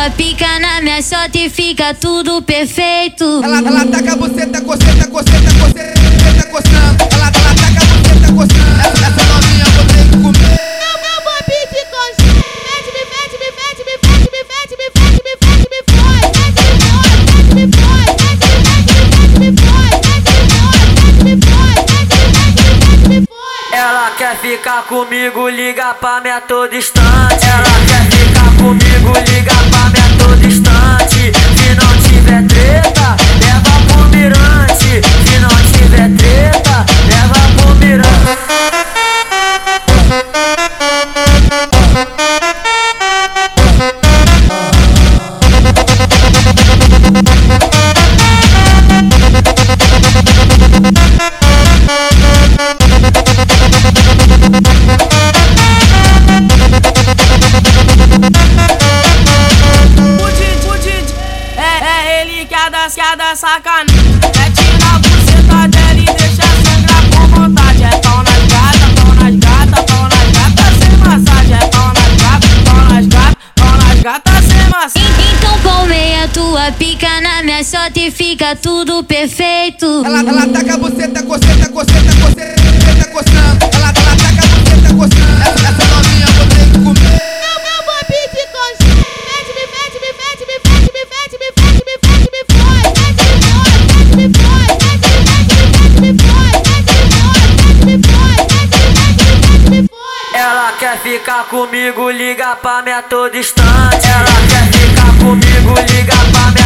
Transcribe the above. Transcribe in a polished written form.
pica na minha xota e fica tudo perfeito. Ela taca a buceta, coceta, coceta, coceta, coçando. Ela taca a buceta, coçando. Essa novinha eu vou ter que comer. Eu vou pedir coxinha. Mete, me fode. Mete, me fode. Mete, me fode. Ela quer ficar comigo, liga pra mim a todo instante. Ela quer ficar comigo, liga pra mim a todo instante. Se não tiver treta, leva pro mirante. Se não tiver treta, leva pro mirante. Cada sacanagem, mete na buceta dela e deixa sangrar com vontade. É pau nas gatas, pau nas gatas, pau nas gatas sem massagem. É pau nas gatas, pau nas gatas, pau nas gatas sem massagem. Então palmeia tua pica na minha xota e fica tudo perfeito. Ela taca a buceta, coceta, coceta, coceta, coçando. Ela taca a buceta, coçando. Essa novinha eu vou ter que comer. Eu vou pedir coxinha. Mete, me fode. Ela quer ficar comigo, liga pra mim a todo instante. Ela quer ficar comigo, liga pra mim